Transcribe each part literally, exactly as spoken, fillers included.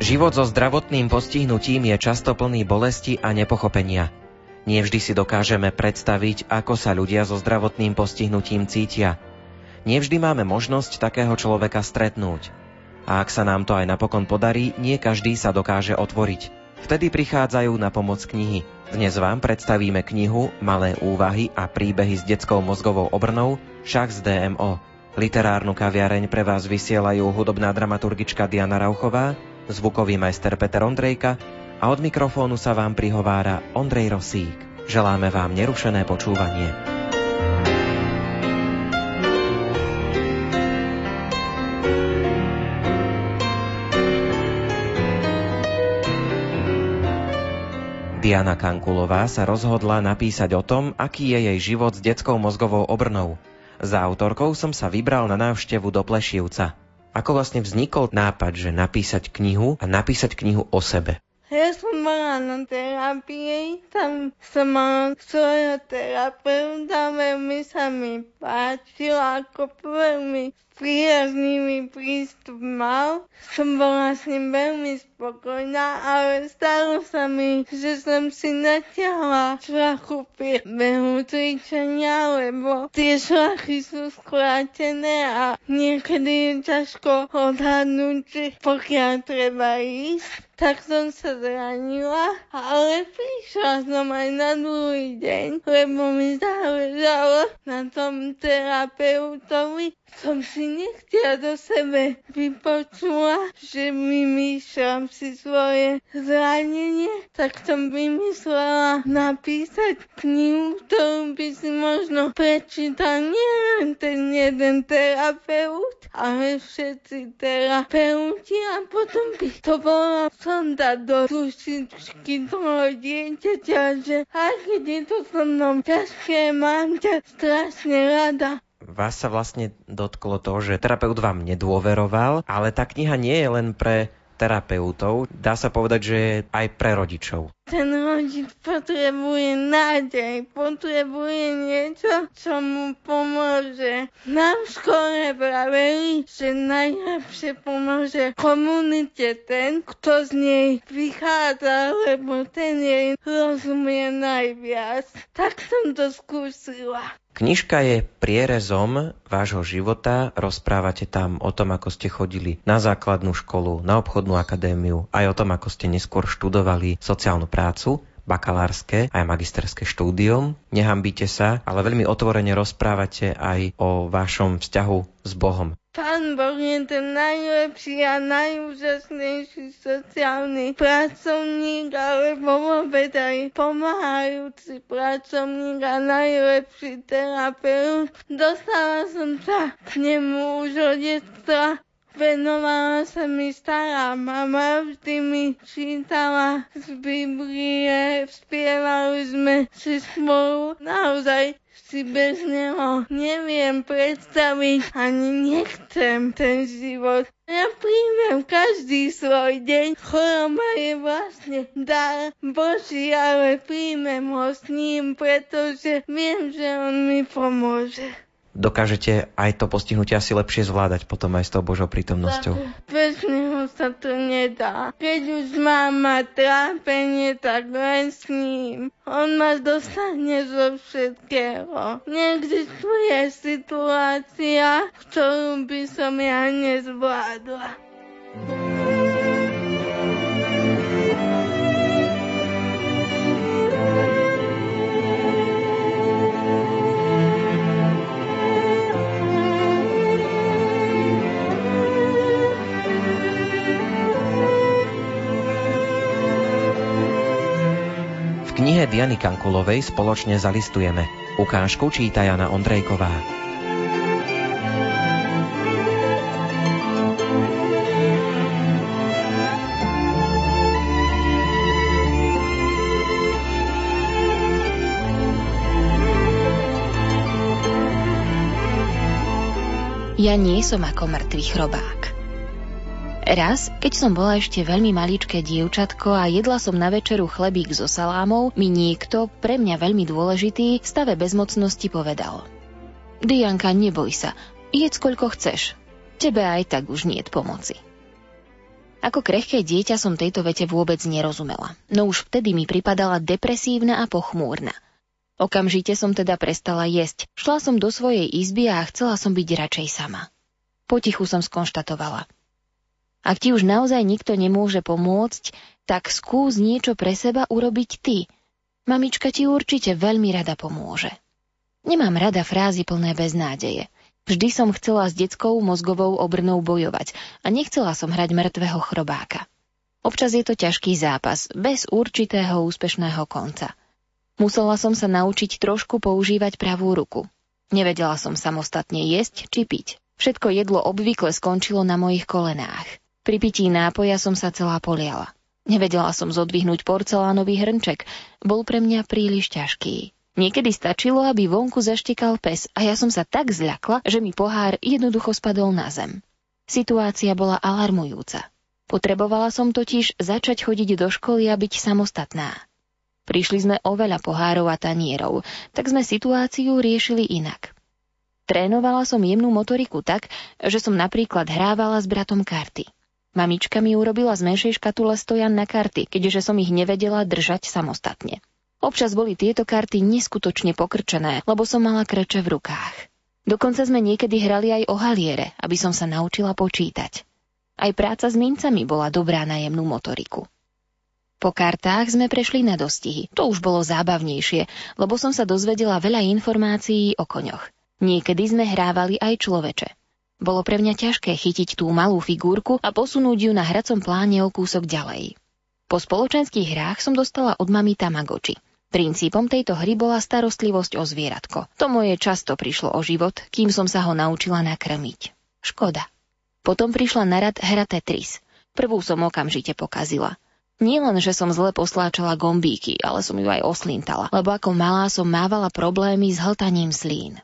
Život so zdravotným postihnutím je často plný bolesti a nepochopenia. Nie vždy si dokážeme predstaviť, ako sa ľudia so zdravotným postihnutím cítia. Nie vždy máme možnosť takého človeka stretnúť. A ak sa nám to aj napokon podarí, nie každý sa dokáže otvoriť. Vtedy prichádzajú na pomoc knihy. Dnes vám predstavíme knihu Malé úvahy a príbehy s detskou mozgovou obrnou Šach z dé em ó. Literárnu kaviareň pre vás vysielajú hudobná dramaturgička Diana Rauchová, zvukový majster Peter Ondrejka a od mikrofónu sa vám prihovára Ondrej Rosík. Želáme vám nerušené počúvanie. Diana Kankulová sa rozhodla napísať o tom, aký je jej život s detskou mozgovou obrnou. Za autorkou som sa vybral na návštevu do Plešivca. Ako vlastne vznikol nápad, že napísať knihu a napísať knihu o sebe? Ja som mala na terapii, tam som mala svojho terapeuta, veľmi sa mi páčilo, ako veľmi priaznivý prístup mal. Som bola s ním veľmi spokojná, ale stalo sa mi, že som si natiahla šlachu pri behu cvičenia, lebo tie šlachy sú skrátené a niekedy je ťažko odhadnúť, či pokiaľ treba ísť. Tak som sa zranila, ale prišla som aj na druhý deň, lebo mi záležalo na tom terapeutovi. Som si nechtiaľ do sebe vypočula, že vymýšľam si svoje zranenie, tak som vymyslela napísať knihu, ktorú by si možno prečítal nielen ten jeden terapeut, ale všetci terapeuti, a potom by to bola sonda do dušičky toho dieťaťa, že aj keď je to so mnou ťažké, mám ťa strašne rada. Vás sa vlastne dotklo to, že terapeut vám nedôveroval, ale tá kniha nie je len pre terapeutov, dá sa povedať, že je aj pre rodičov. Ten rodič potrebuje nádej, potrebuje niečo, čo mu pomôže. Nám v škole vraveli, že najlepšie pomôže komunite ten, kto z nej vychádza, lebo ten jej rozumie najviac. Tak som to skúsila. Knižka je prierezom vášho života, rozprávate tam o tom, ako ste chodili na základnú školu, na obchodnú akadémiu, aj o tom, ako ste neskôr študovali sociálnu prácu, bakalárske aj magisterské štúdium. Nehambíte sa, ale veľmi otvorene rozprávate aj o vašom vzťahu s Bohom. Pán Boh je ten najlepší a najúžasnejší sociálny pracovník, alebo vôbec aj pomáhajúci pracovník a najlepší terapeut. Dostala som sa k nemu už od detstva. Venovala sa mi stará mama, vždy mi čítala z Biblie, spievali sme si spolu. Naozaj si bez neho neviem predstaviť, ani nechcem ten život. Ja príjmem každý svoj deň. Choroba je vlastne dar Boží, ale príjmem ho s ním, pretože viem, že on mi pomôže. Dokážete aj to postihnutie asi lepšie zvládať potom aj s tou Božou prítomnosťou? Bez neho sa to nedá. Keď už mám mať trápenie, tak len s ním. On ma dostane zo všetkého. Neexistuje situácia, ktorú by som ja nezvládla. V knihe Diany Kankulovej spoločne zalistujeme. Ukážku číta Jana Ondrejková. Ja nie som ako mŕtvý chrobák. Raz, keď som bola ešte veľmi maličké dievčatko a jedla som na večeru chlebík so salámou, mi niekto, pre mňa veľmi dôležitý, v stave bezmocnosti povedal: Dianka, neboj sa, jedz koľko chceš. Tebe aj tak už niet pomoci. Ako krehké dieťa som tejto vete vôbec nerozumela, no už vtedy mi pripadala depresívna a pochmúrna. Okamžite som teda prestala jesť, šla som do svojej izby a chcela som byť radšej sama. Potichu som skonštatovala: ak ti už naozaj nikto nemôže pomôcť, tak skús niečo pre seba urobiť ty. Mamička ti určite veľmi rada pomôže. Nemám rada frázy plné beznádeje. Vždy som chcela s detskou mozgovou obrnou bojovať a nechcela som hrať mŕtvého chrobáka. Občas je to ťažký zápas, bez určitého úspešného konca. Musela som sa naučiť trošku používať pravú ruku. Nevedela som samostatne jesť či piť. Všetko jedlo obvykle skončilo na mojich kolenách. Pri pití nápoja som sa celá poliala. Nevedela som zodvihnúť porcelánový hrnček, bol pre mňa príliš ťažký. Niekedy stačilo, aby vonku zaštekal pes a ja som sa tak zľakla, že mi pohár jednoducho spadol na zem. Situácia bola alarmujúca. Potrebovala som totiž začať chodiť do školy a byť samostatná. Prišli sme o veľa pohárov a tanierov, tak sme situáciu riešili inak. Trénovala som jemnú motoriku tak, že som napríklad hrávala s bratom karty. Mamička mi urobila z menšej škatule stojan na karty, keďže som ich nevedela držať samostatne. Občas boli tieto karty neskutočne pokrčené, lebo som mala krče v rukách. Dokonca sme niekedy hrali aj o haliere, aby som sa naučila počítať. Aj práca s mincami bola dobrá na jemnú motoriku. Po kartách sme prešli na dostihy. To už bolo zábavnejšie, lebo som sa dozvedela veľa informácií o koňoch. Niekedy sme hrávali aj človeče. Bolo pre mňa ťažké chytiť tú malú figúrku a posunúť ju na hracom pláne o kúsok ďalej. Po spoločenských hrách som dostala od mami Tamagotchi. Princípom tejto hry bola starostlivosť o zvieratko. To moje často prišlo o život, kým som sa ho naučila nakrmiť. Škoda. Potom prišla na rad hra Tetris. Prvú som okamžite pokazila. Nie len, že som zle posláčala gombíky, ale som ju aj oslintala, lebo ako malá som mávala problémy s hltaním slín.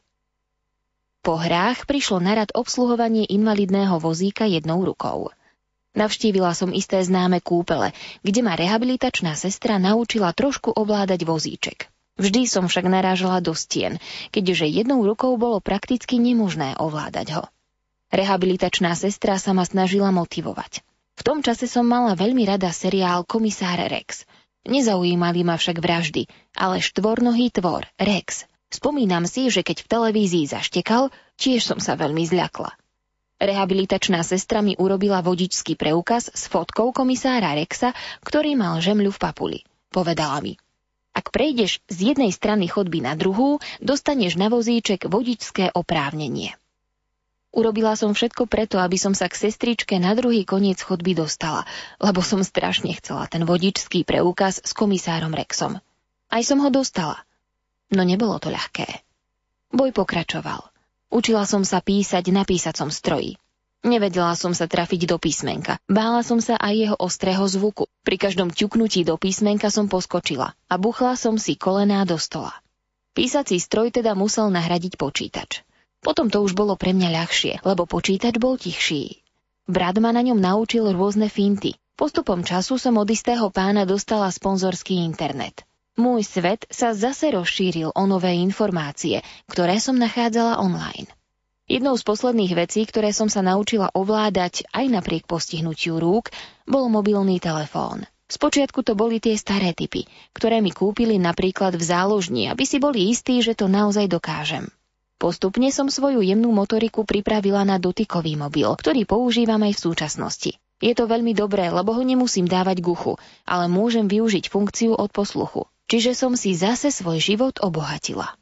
Po hrách prišlo na rad obsluhovanie invalidného vozíka jednou rukou. Navštívila som isté známe kúpele, kde ma rehabilitačná sestra naučila trošku ovládať vozíček. Vždy som však narážala do stien, keďže jednou rukou bolo prakticky nemožné ovládať ho. Rehabilitačná sestra sa ma snažila motivovať. V tom čase som mala veľmi rada seriál Komisár Rex. Nezaujímali ma však vraždy, ale štvornohý tvor, Rex. Spomínam si, že keď v televízii zaštekal, tiež som sa veľmi zľakla. Rehabilitačná sestra mi urobila vodičský preukaz s fotkou komisára Rexa, ktorý mal žemľu v papuli. Povedala mi: ak prejdeš z jednej strany chodby na druhú, dostaneš na vozíček vodičské oprávnenie. Urobila som všetko preto, aby som sa k sestričke na druhý koniec chodby dostala, lebo som strašne chcela ten vodičský preukaz s komisárom Rexom. Aj som ho dostala. No nebolo to ľahké. Boj pokračoval. Učila som sa písať na písacom stroji. Nevedela som sa trafiť do písmenka. Bála som sa aj jeho ostrého zvuku. Pri každom ťuknutí do písmenka som poskočila a buchla som si kolená do stola. Písací stroj teda musel nahradiť počítač. Potom to už bolo pre mňa ľahšie, lebo počítač bol tichší. Brat ma na ňom naučil rôzne finty. Postupom času som od istého pána dostala sponzorský internet. Môj svet sa zase rozšíril o nové informácie, ktoré som nachádzala online. Jednou z posledných vecí, ktoré som sa naučila ovládať aj napriek postihnutiu rúk, bol mobilný telefón. Spočiatku to boli tie staré typy, ktoré mi kúpili napríklad v záložni, aby si boli istí, že to naozaj dokážem. Postupne som svoju jemnú motoriku pripravila na dotykový mobil, ktorý používam aj v súčasnosti. Je to veľmi dobré, lebo ho nemusím dávať k uchu, ale môžem využiť funkciu od posluchu. Čiže som si zase svoj život obohatila.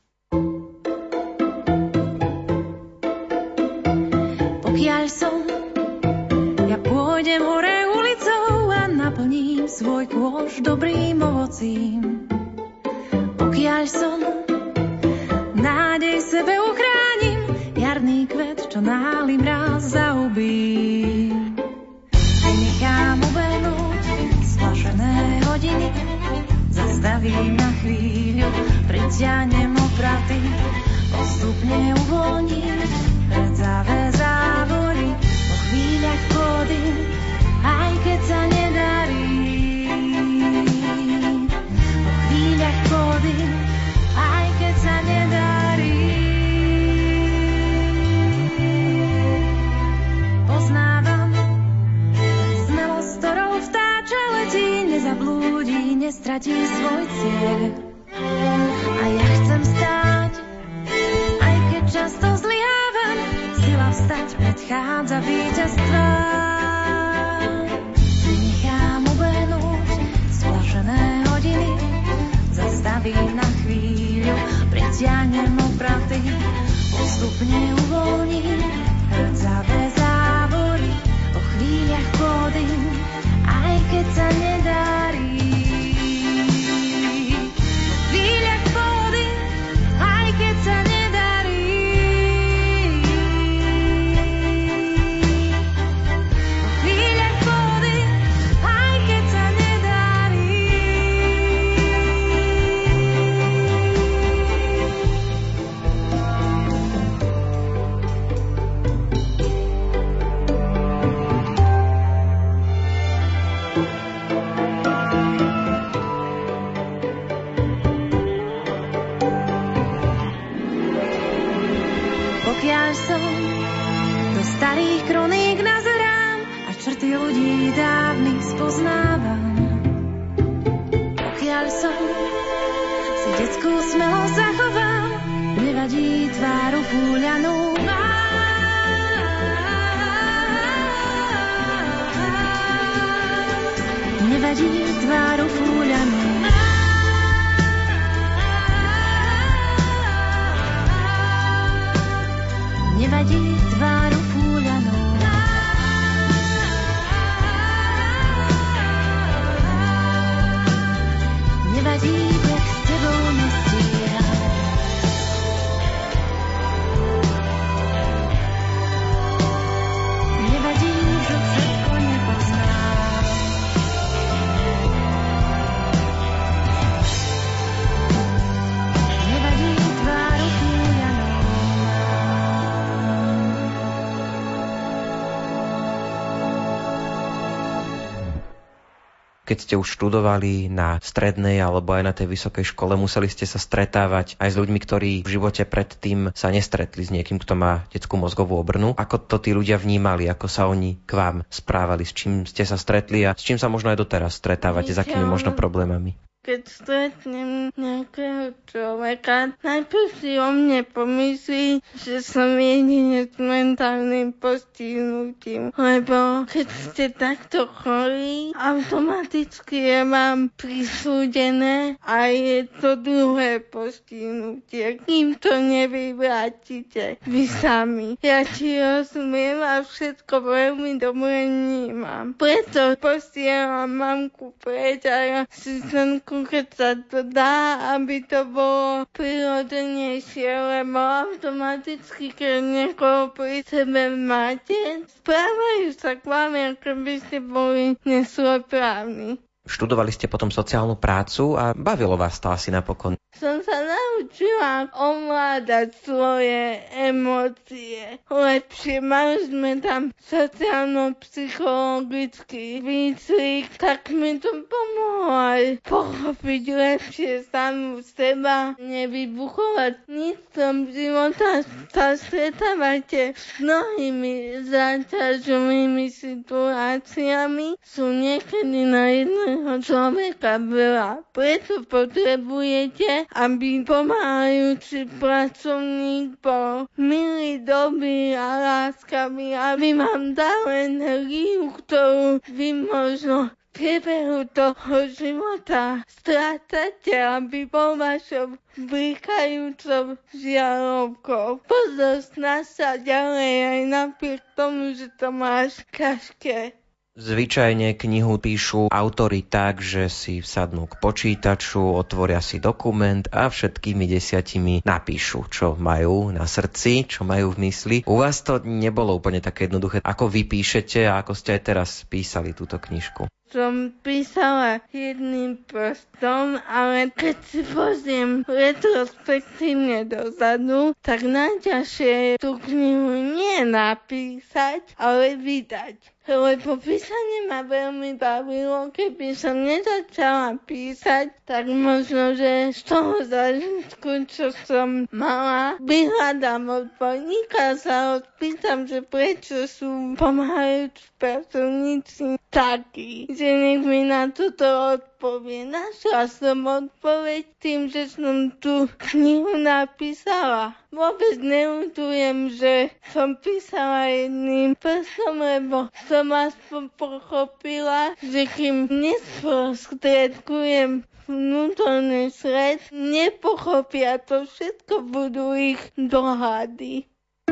Pokiaľ som, ja pôjdem hore ulicou a naplním svoj kôš dobrým ovocím. Pokiaľ som, nádej sebe uchránim, jarný kvet, čo náhly mráz zahubí. Nechám ubehnúť splašené hodiny, zastavím na chvíľu, priťahnem opraty, postupne uvoľním predzavé závory. Po chvíľach pôjdem, aj keď sa nedarí. Po chvíľach pôjdem, aj keď sa nedarí. Poznávam smelosť nestratí svoj cieľ. A ja chcem stáť, aj keď často zlyhávam, sila vstať predchádza víťazstvám. Nechám ubehnúť splašené hodiny, zastavím na chvíľu, pritiahnem opraty, postupne uvoľním hrcavé závory, po chvíľach pôjdem, aj keď sa nedarí. Po chvíľach pôjdem, aj keď sa nedarí. Po chvíľach pôjdem, aj keď sa nedarí. Pokiaľ som do starých kroník nazerám a črty ľudí dávnych spoznávam. Pokiaľ som si detskú smelosť zachovám, nevadí tváru fúľanú mám. Nevadí tváru fúľanú mám. Nevadí tváru fúľanou. Nevadí, beh s tebou nestíham. Nevadí, že všetko nepoznám. Nevadí tváru fúľanou. Keď ste už študovali na strednej alebo aj na tej vysokej škole, museli ste sa stretávať aj s ľuďmi, ktorí v živote predtým sa nestretli s niekým, kto má detskú mozgovú obrnu. Ako to tí ľudia vnímali, ako sa oni k vám správali, s čím ste sa stretli a s čím sa možno aj doteraz stretávate, s akými možno problémami? Keď stretnem nejakého človeka, najprv si o mne pomyslí, že som jedine s mentálnym postihnutím. Lebo keď ste takto chorí, automaticky je vám prisúdené a je to druhé postihnutie. Kým to nevyvrátite vy sami. Ja ti rozumiem a všetko veľmi dobre vnímam. Preto posielam mamku preč a ja si senku, keď sa to dá, aby to bolo prirodzenejšie, lebo automaticky, keď niekoho pri sebe máte, správajú sa k vám, ako by ste boli nesvojprávni. Študovali ste potom sociálnu prácu a bavilo vás to asi napokon. Som sa naučila ovládať svoje emócie lepšie. Mali sme tam sociálno-psychologický výcvik, tak mi to pomohlo aj pochopiť lepšie samú seba, nevybuchovať. Nictom života sa stretávate s mnohými záťažovými situáciami, sú niekedy na jedného človeka veľa. Preto potrebujete, aby pomáhajúci pracovník bol milý, dobrý a láskavý, aby vám dal energiu, ktorú vy možno v priebehu toho života strácate, aby bol vašou blikajúcou žiarovkou. Pozor, snaž sa ďalej aj napriek tomu, že to máš ťažké. Zvyčajne knihu píšu autori tak, že si vsadnú k počítaču, otvoria si dokument a všetkými desiatimi napíšu, čo majú na srdci, čo majú v mysli. U vás to nebolo úplne také jednoduché. Ako vy píšete a ako ste aj teraz písali túto knižku? Som písala jedným prstom, ale keď si pozriem retrospektívne dozadu, tak najťažšie je tú knihu nie napísať, ale vydať. Lebo písanie ma veľmi bavilo, keby som nezačala písať, tak možno, že z toho zážitku, čo som mala, vyhľadám odborníka, sa odpýtam, že prečo sú pomáhajúci pracovníci takí, že nech mi na toto odpovie. Našla som odpoveď tým, že som tú knihu napísala. Vôbec neľutujem, že som písala jedným prstom, lebo som aspoň pochopila, že kým nesprostredkujem vnútorný svet, nepochopia to všetko, budú ich dohady.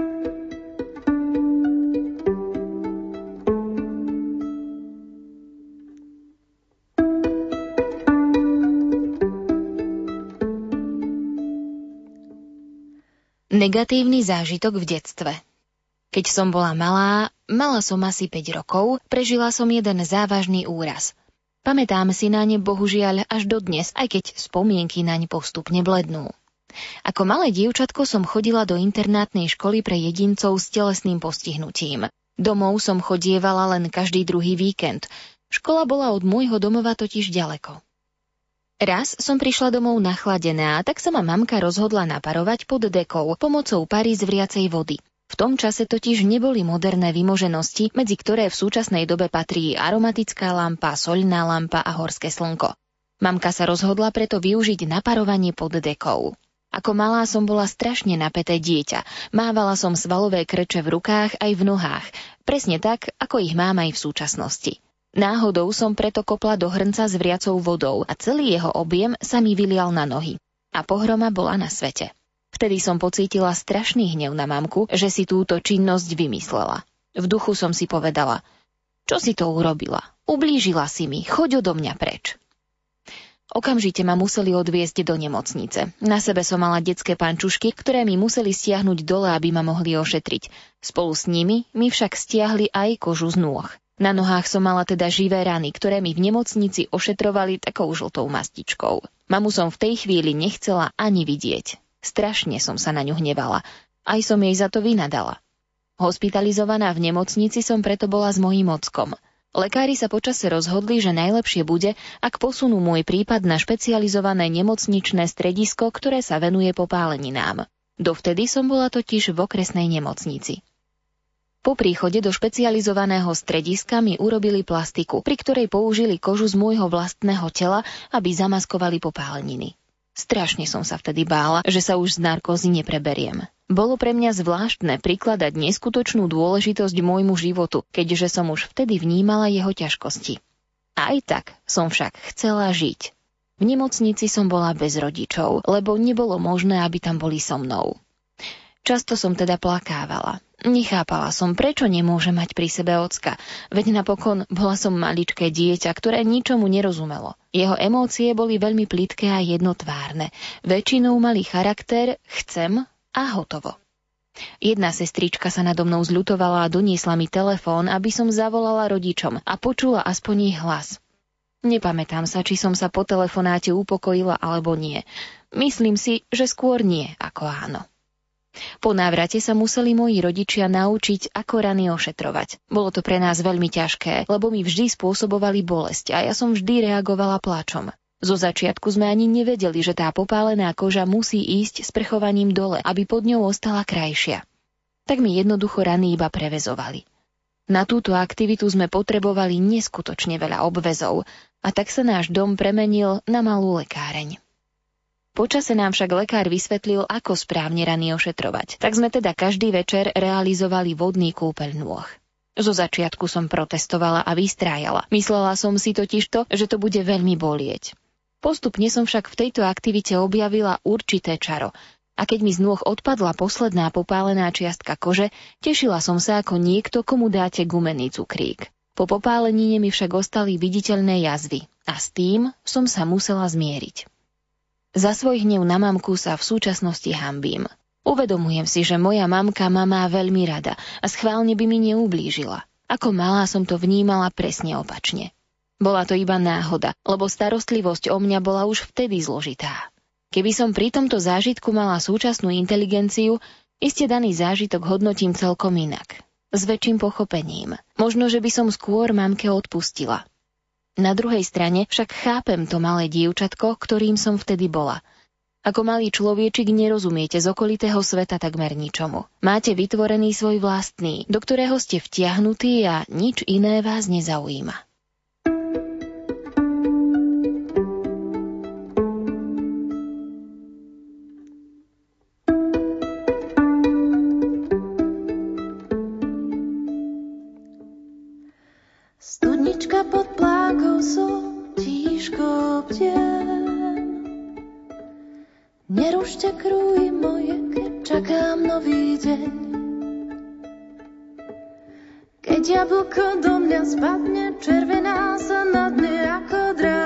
Negatívny zážitok v detstve. Keď som bola malá, mala som asi päť rokov, prežila som jeden závažný úraz. Pamätám si na ne bohužiaľ až dodnes, aj keď spomienky naň postupne blednú. Ako malé dievčatko som chodila do internátnej školy pre jedincov s telesným postihnutím. Domov som chodievala len každý druhý víkend. Škola bola od môjho domova totiž ďaleko. Raz som prišla domov nachladená, tak sa ma mamka rozhodla naparovať pod dekou pomocou pary z vriacej vody. V tom čase totiž neboli moderné vymoženosti, medzi ktoré v súčasnej dobe patrí aromatická lampa, soľná lampa a horské slnko. Mamka sa rozhodla preto využiť naparovanie pod dekou. Ako malá som bola strašne napäté dieťa. Mávala som svalové krče v rukách aj v nohách, presne tak, ako ich mám aj v súčasnosti. Náhodou som preto kopla do hrnca s vriacou vodou a celý jeho objem sa mi vylial na nohy. A pohroma bola na svete. Vtedy som pocítila strašný hnev na mamku, že si túto činnosť vymyslela. V duchu som si povedala: čo si to urobila? Ublížila si mi, choď odo mňa preč. Okamžite ma museli odviezť do nemocnice. Na sebe som mala detské pančušky, ktoré mi museli stiahnuť dole, aby ma mohli ošetriť. Spolu s nimi mi však stiahli aj kožu z nôh. Na nohách som mala teda živé rany, ktoré mi v nemocnici ošetrovali takou žltou mastičkou. Mamu som v tej chvíli nechcela ani vidieť. Strašne som sa na ňu hnevala. Aj som jej za to vynadala. Hospitalizovaná v nemocnici som preto bola s mojím ockom. Lekári sa počase rozhodli, že najlepšie bude, ak posunú môj prípad na špecializované nemocničné stredisko, ktoré sa venuje popáleninám. Dovtedy som bola totiž v okresnej nemocnici. Po príchode do špecializovaného strediska mi urobili plastiku, pri ktorej použili kožu z môjho vlastného tela, aby zamaskovali popáleniny. Strašne som sa vtedy bála, že sa už z narkózy nepreberiem. Bolo pre mňa zvláštne prikladať neskutočnú dôležitosť môjmu životu, keďže som už vtedy vnímala jeho ťažkosti. Aj tak som však chcela žiť. V nemocnici som bola bez rodičov, lebo nebolo možné, aby tam boli so mnou. Často som teda plakávala. Nechápala som, prečo nemôžem mať pri sebe ocka, veď napokon bola som maličké dieťa, ktoré ničomu nerozumelo. Jeho emócie boli veľmi plitké a jednotvárne. Väčšinou mali charakter chcem a hotovo. Jedna sestrička sa nado mnou zľutovala a doniesla mi telefón, aby som zavolala rodičom a počula aspoň ich hlas. Nepamätám sa, či som sa po telefonáte upokojila alebo nie. Myslím si, že skôr nie ako áno. Po návrate sa museli moji rodičia naučiť, ako rany ošetrovať. Bolo to pre nás veľmi ťažké, lebo mi vždy spôsobovali bolesť a ja som vždy reagovala pláčom. Zo začiatku sme ani nevedeli, že tá popálená koža musí ísť sprchovaním dole, aby pod ňou ostala krajšia. Tak mi jednoducho rany iba prevezovali. Na túto aktivitu sme potrebovali neskutočne veľa obväzov a tak sa náš dom premenil na malú lekáreň. Počase nám však lekár vysvetlil, ako správne rany ošetrovať. Tak sme teda každý večer realizovali vodný kúpeľ nôh. Zo začiatku som protestovala a vystrájala. Myslela som si totiž to, že to bude veľmi bolieť. Postupne som však v tejto aktivite objavila určité čaro. A keď mi z nôh odpadla posledná popálená čiastka kože, tešila som sa ako niekto, komu dáte gumený cukrík. Po popálenine mi však ostali viditeľné jazvy. A s tým som sa musela zmieriť. Za svoj hnev na mamku sa v súčasnosti hanbím. Uvedomujem si, že moja mamka ma má veľmi rada a schválne by mi neublížila. Ako malá som to vnímala presne opačne. Bola to iba náhoda, lebo starostlivosť o mňa bola už vtedy zložitá. Keby som pri tomto zážitku mala súčasnú inteligenciu, iste daný zážitok hodnotím celkom inak. S väčším pochopením. Možno, že by som skôr mamke odpustila. Na druhej strane však chápem to malé dievčatko, ktorým som vtedy bola. Ako malý človečik nerozumiete z okolitého sveta takmer ničomu. Máte vytvorený svoj vlastný, do ktorého ste vtiahnutí a nič iné vás nezaujíma. obdiem. Nerušte krúhy moje, keď čakám nový deň. Keď jablko do mňa spadne, červená sa na dne ako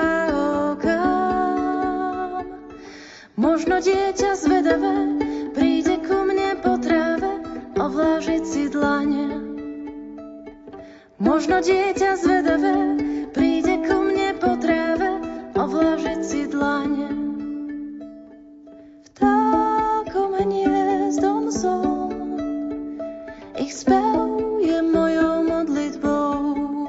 drahokam. Možno dieťa zvedavé príde ku mne po tráve ovlážiť si dlane. Možno dieťa zvedavé príde ku mne po tráve ovlážiť si dlane. Vtákom hniezdom som, ich spev je mojou modlitbou.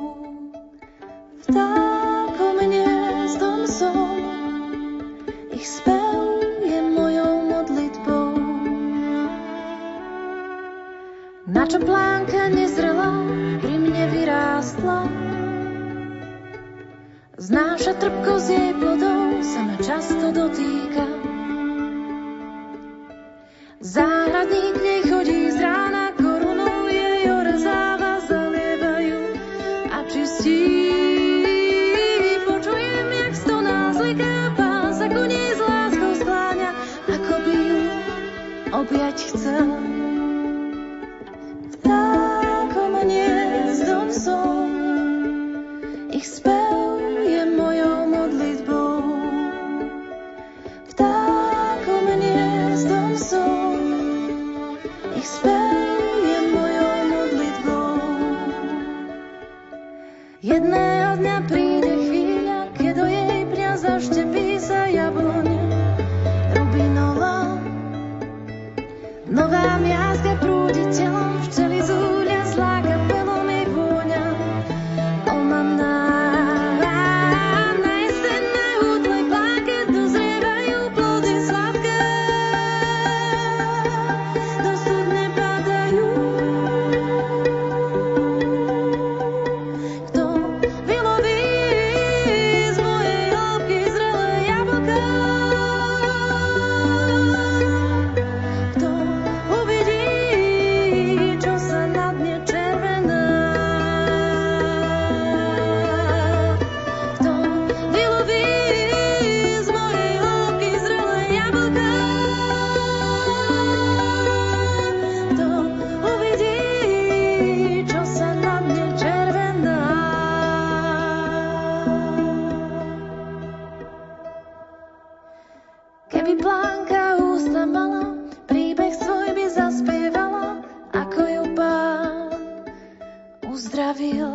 Vtákom hniezdom som, ich spev je mojou modlitbou. Na čo plánka nezrela pri mne vyrástla, znáša trpkosť jej plodov sa ma často dotýka. Záhradník nej chodí z rána, korunou jej orezáva, zalievajú a čistí. Počujem, jak stoná zliká pás, ako nie s láskou skláňa, ako by ju objať chcel. Vtákom hniezdom som, ich spev je mojou modlitbou. Vtákom hniezdom som, ich spev je mojou modlitbou. Jedného dňa príde chvíľa, keď do jej pňa zaštepí sa jabloň rubinová. Nová miazga prúdi telom, včely zúľa, zláka pelom jej vôňa. Omamná na jesenné útlej pláke dozrievajú plody sladké, do studne padajú. Kto vyloví z mojej hĺbky zrelé jablká? Kto uvidí, čo sa na dne červená? Kto vyloví z mojej hĺbky zrelé jablká? Kto uvidí, čo sa na dne červená? Keby plánka ústa mala, príbeh svoj by zaspievala, ako ju Pán uzdravil.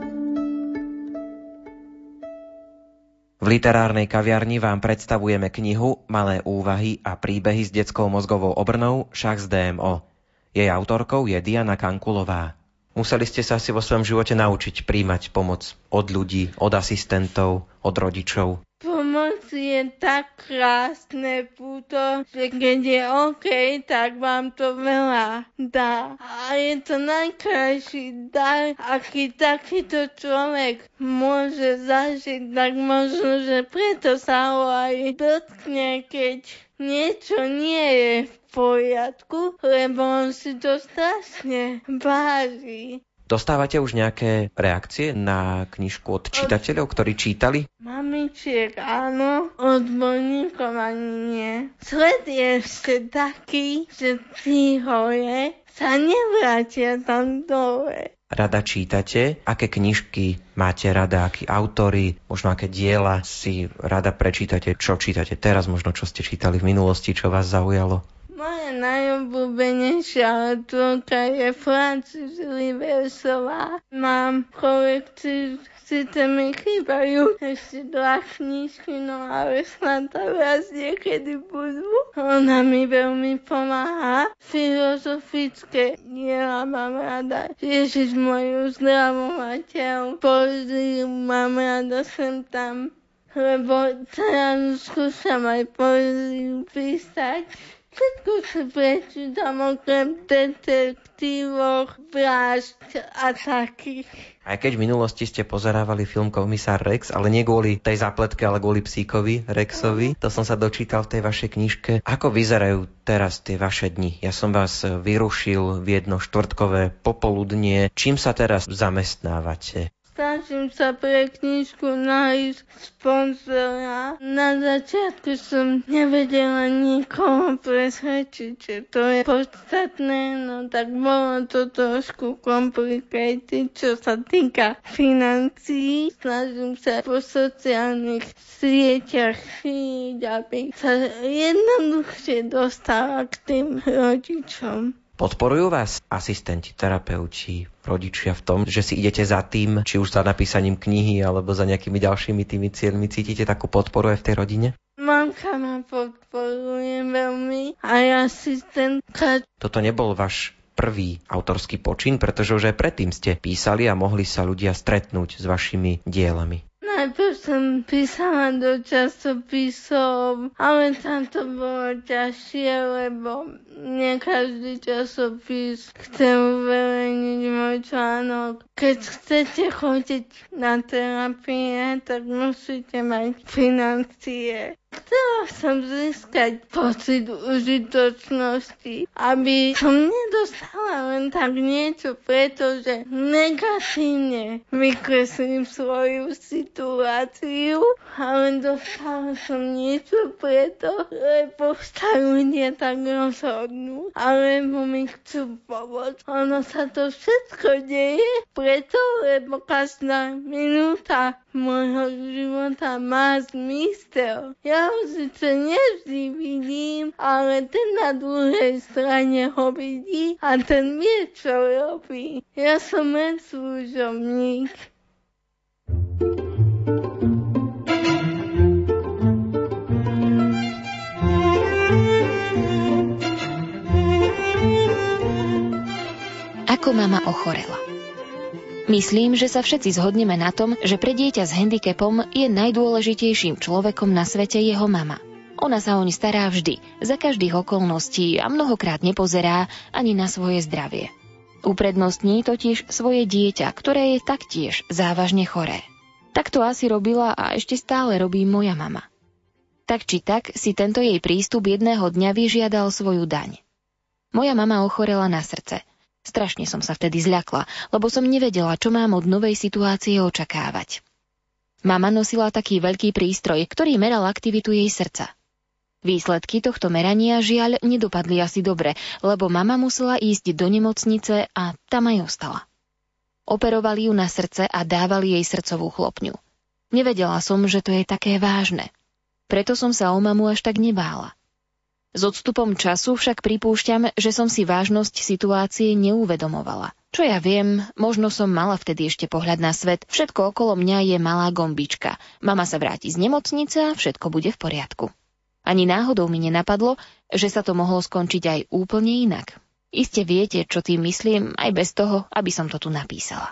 V literárnej kaviarni vám predstavujeme knihu Malé úvahy a príbehy s detskou mozgovou obrnou Šach z dé em ó. Jej autorkou je Diana Kankulová. Museli ste sa asi vo svojom živote naučiť príjmať pomoc od ľudí, od asistentov, od rodičov. Pomoc je tak krásne púto, že keď je OK, tak vám to veľa dá. A je to najkrajší dar, aký takýto človek môže zažiť, tak možno, že preto sa ho aj dotkne, keď niečo nie je v poriadku, lebo on si to strašne váži. Dostávate už nejaké reakcie na knižku od čitateľov, ktorí čítali? Mamičiek áno, odborníkov ani nie. Svet je ešte taký, že tí hore sa nevrátia tam dole. Rada čítate? Aké knižky máte rada, akí autori, možno aké diela si rada prečítate? Čo čítate teraz, možno čo ste čítali v minulosti, čo vás zaujalo? Moja najobľúbenejšia autorka je Frances Riversová. Mám kolekciu, síce mi chýbajú ešte dva knižky, no ale snad raz niekedy budú. Ona mi veľmi pomáha. Filozofické diela mám rada. Ježiš moju zdravú mater, poezíu mám rada sem tam, lebo teraz skúšam aj poezíu písať. Všetko si prečítam okrem detektívov, vražd a takých. Aj keď v minulosti ste pozerávali film Komisár Rex, ale nie kvôli tej zapletke, ale kvôli psíkovi Rexovi, to som sa dočítal v tej vašej knižke. Ako vyzerajú teraz tie vaše dni? Ja som vás vyrušil v jedno štvrtkové popoludnie. Čím sa teraz zamestnávate? Snažím sa pre knižku nájsť sponzora. Na začiatku som nevedela nikoho presvedčiť, že to je podstatné, no tak bolo to trošku complicated, čo sa týka financií. Snažím sa po sociálnych sieťach šíriť, aby sa jednoduchšie dostala k tým rodičom. Podporujú vás asistenti, terapeuti, rodičia v tom, že si idete za tým, či už za napísaním knihy, alebo za nejakými ďalšími tými cieľmi? Cítite takú podporu aj v tej rodine? Mamka ma podporuje veľmi, aj asistentka. Toto nebol váš prvý autorský počin, pretože už aj predtým ste písali a mohli sa ľudia stretnúť s vašimi dielami. Najprv som písala do časopisov, ale tam to bolo ťažšie, lebo nie každý časopis chce uverejniť môj článok. Keď chcete chodiť na terapie, tak musíte mať financie. Chcela som získať pocit užitočnosti, aby som nedostala len tak niečo, pretože negatívne vykreslím svoju situáciu, ale dostala som niečo preto, lebo sa ľudia tak rozhodnú, alebo mi chcú pomôcť. Ono sa to všetko deje preto, lebo každá minúta môjho života má zmysel. Ja ho síce nevždy vidím, ale ten na druhej strane ho vidí a ten vie, čo robí. Ja som len služobník. Ako mama ochorela. Myslím, že sa všetci zhodneme na tom, že pre dieťa s handicapom je najdôležitejším človekom na svete jeho mama. Ona sa oň stará vždy, za každých okolností a mnohokrát nepozerá ani na svoje zdravie. Uprednostní totiž svoje dieťa, ktoré je taktiež závažne choré. Tak to asi robila a ešte stále robí moja mama. Tak či tak si tento jej prístup jedného dňa vyžiadal svoju daň. Moja mama ochorela na srdce. Strašne som sa vtedy zľakla, lebo som nevedela, čo mám od novej situácie očakávať. Mama nosila taký veľký prístroj, ktorý meral aktivitu jej srdca. Výsledky tohto merania žiaľ nedopadli asi dobre, lebo mama musela ísť do nemocnice a tam aj ostala. Operovali ju na srdce a dávali jej srdcovú chlopňu. Nevedela som, že to je také vážne. Preto som sa o mamu až tak nebála. S odstupom času však pripúšťam, že som si vážnosť situácie neuvedomovala. Čo ja viem, možno som mala vtedy ešte pohľad na svet, všetko okolo mňa je malá gombička. Mama sa vráti z nemocnice a všetko bude v poriadku. Ani náhodou mi nenapadlo, že sa to mohlo skončiť aj úplne inak. Iste viete, čo tým myslím, aj bez toho, aby som to tu napísala.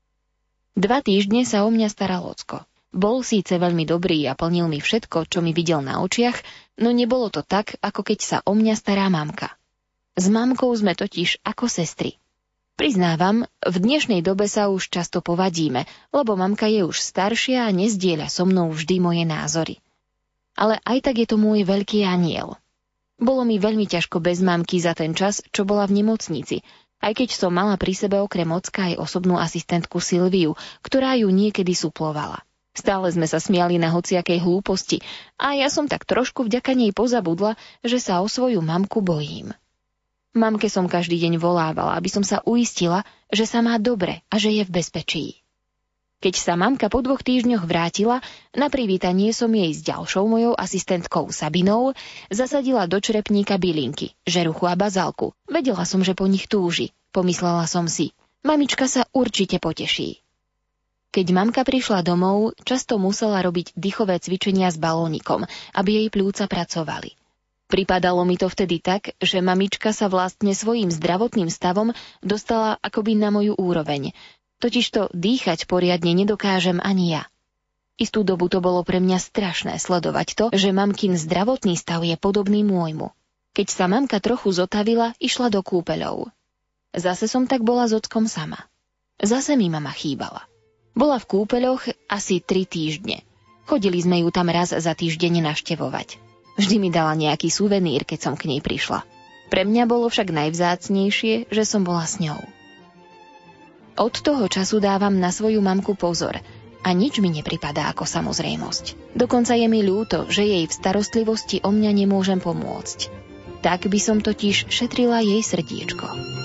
Dva týždne sa o mňa staral ocko. Bol síce veľmi dobrý a plnil mi všetko, čo mi videl na očiach, no nebolo to tak, ako keď sa o mňa stará mamka. S mamkou sme totiž ako sestry. Priznávam, v dnešnej dobe sa už často povadíme, lebo mamka je už staršia a nezdieľa so mnou vždy moje názory. Ale aj tak je to môj veľký aniel. Bolo mi veľmi ťažko bez mamky za ten čas, čo bola v nemocnici, aj keď som mala pri sebe okrem ocka aj osobnú asistentku Silviu, ktorá ju niekedy suplovala. Stále sme sa smiali na hociakej hlúposti a ja som tak trošku vďaka nej pozabudla, že sa o svoju mamku bojím. Mamke som každý deň volávala, aby som sa uistila, že sa má dobre a že je v bezpečí. Keď sa mamka po dvoch týždňoch vrátila, na privítanie som jej s ďalšou mojou asistentkou Sabinou zasadila do črepníka bylinky, žeruchu a bazálku. Vedela som, že po nich túži. Pomyslela som si, mamička sa určite poteší. Keď mamka prišla domov, často musela robiť dýchové cvičenia s balónikom, aby jej pľúca pracovali. Pripadalo mi to vtedy tak, že mamička sa vlastne svojím zdravotným stavom dostala akoby na moju úroveň. Totižto dýchať poriadne nedokážem ani ja. Istú dobu to bolo pre mňa strašné sledovať to, že mamkin zdravotný stav je podobný môjmu. Keď sa mamka trochu zotavila, išla do kúpeľov. Zase som tak bola s ockom sama. Zase mi mama chýbala. Bola v kúpeľoch asi tri týždne. Chodili sme ju tam raz za týždeň navštevovať. Vždy mi dala nejaký suvenír, keď som k nej prišla. Pre mňa bolo však najvzácnejšie, že som bola s ňou. Od toho času dávam na svoju mamku pozor a nič mi nepripadá ako samozrejmosť. Dokonca je mi ľúto, že jej v starostlivosti o mňa nemôžem pomôcť. Tak by som totiž šetrila jej srdiečko.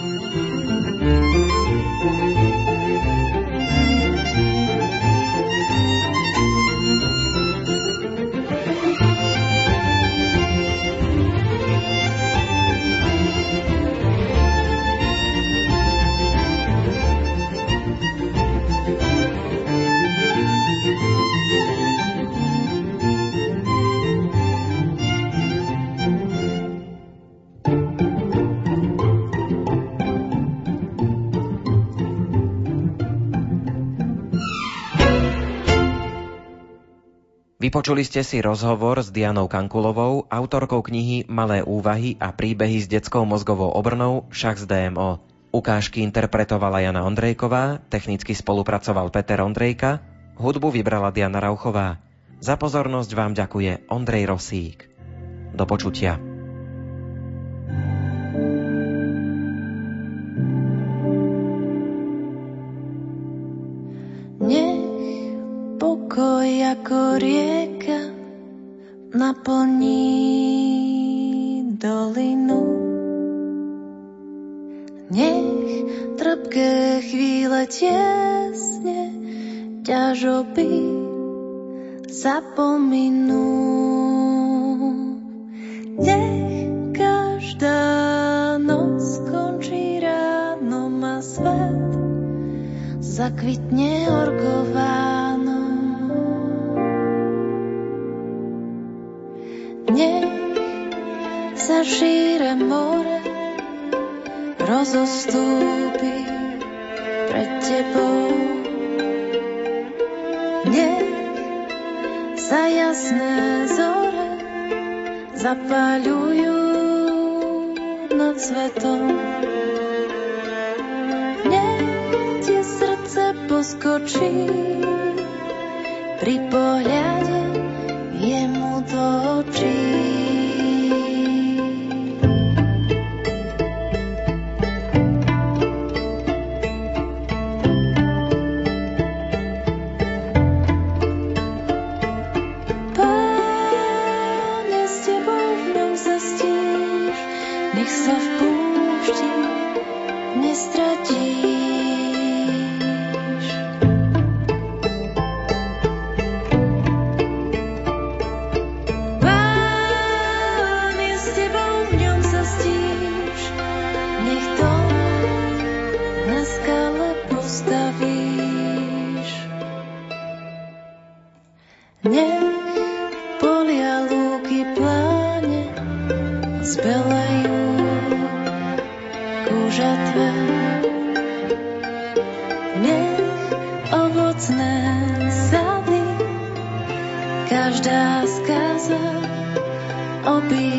Vypočuli ste si rozhovor s Dianou Kankulovou, autorkou knihy Malé úvahy a príbehy s detskou mozgovou obrnou Šach z dé em ó. Ukážky interpretovala Jana Ondrejková, technicky spolupracoval Peter Ondrejka, hudbu vybrala Diana Rauchová. Za pozornosť vám ďakuje Ondrej Rosík. Do počutia. Pokoj ako rieka naplní dolinu. Nech trpké chvíle tiesne ťažoby zapominú. Nech každá noc skončí ránom a svet zakvitne orgováno. Nech sa šíre more rozostúpi pred tebou. Nech sa jasné zore zapáľujú nad svetom. Nech ti srdce poskočí pri pohľade jemu do očí. Páne, s tebou v ňom zastíš, nech sa v púšti nestratíš. Nech polia lúky pláne, zbelejú ku žatve. Nech ovocné sady každá skaza obí